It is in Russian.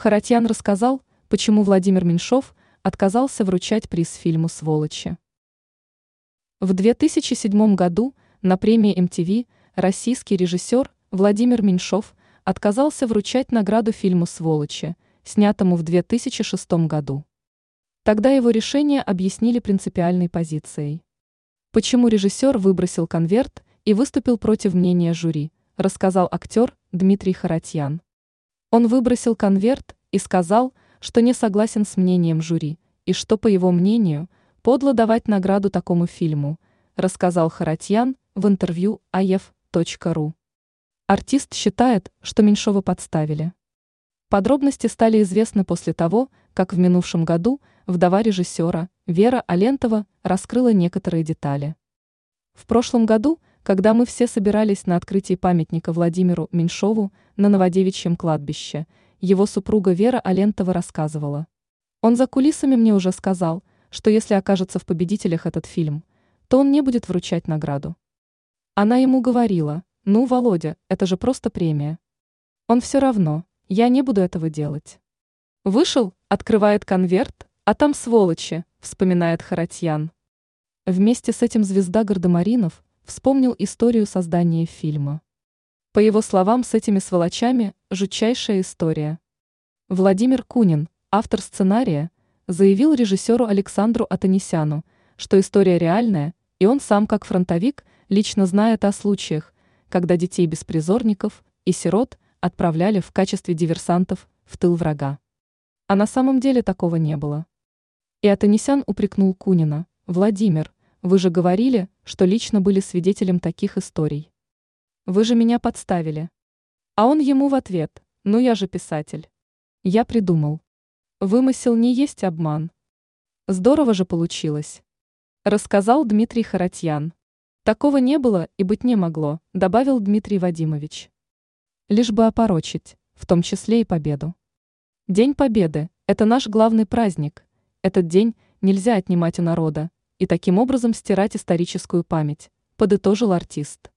Харатьян рассказал, почему Владимир Меньшов отказался вручать приз фильму «Сволочи». В 2007 году на премии MTV российский режиссер Владимир Меньшов отказался вручать награду фильму «Сволочи», снятому в 2006 году. Тогда его решение объяснили принципиальной позицией. Почему режиссер выбросил конверт и выступил против мнения жюри, рассказал актер Дмитрий Харатьян. Он выбросил конверт и сказал, что не согласен с мнением жюри, и что, по его мнению, подло давать награду такому фильму, рассказал Харатьян в интервью aef.ru. Артист считает, что Меньшова подставили. Подробности стали известны после того, как в минувшем году вдова режиссера Вера Алентова раскрыла некоторые детали. В прошлом году, когда мы все собирались на открытии памятника Владимиру Меньшову на Новодевичьем кладбище, его супруга Вера Алентова рассказывала: «Он за кулисами мне уже сказал, что если окажется в победителях этот фильм, то он не будет вручать награду. Она ему говорила: ну, Володя, это же просто премия. Он все равно, я не буду этого делать». Вышел, открывает конверт, а там сволочи, вспоминает Харатьян. Вместе с этим звезда Гардемаринов вспомнил историю создания фильма. По его словам, с этими сволочами жутчайшая история. Владимир Кунин, автор сценария, заявил режиссеру Александру Атанесяну, что история реальная, и он сам, как фронтовик, лично знает о случаях, когда детей беспризорников и сирот отправляли в качестве диверсантов в тыл врага. А на самом деле такого не было. И Атанесян упрекнул Кунина: «Владимир, вы же говорили, что лично были свидетелем таких историй. Вы же меня подставили». А он ему в ответ: «Ну я же писатель. Я придумал. Вымысел не есть обман». Здорово же получилось, рассказал Дмитрий Харатьян. Такого не было и быть не могло, добавил Дмитрий Вадимович. Лишь бы опорочить, в том числе и победу. День Победы – это наш главный праздник. Этот день нельзя отнимать у народа и таким образом стирать историческую память, подытожил артист.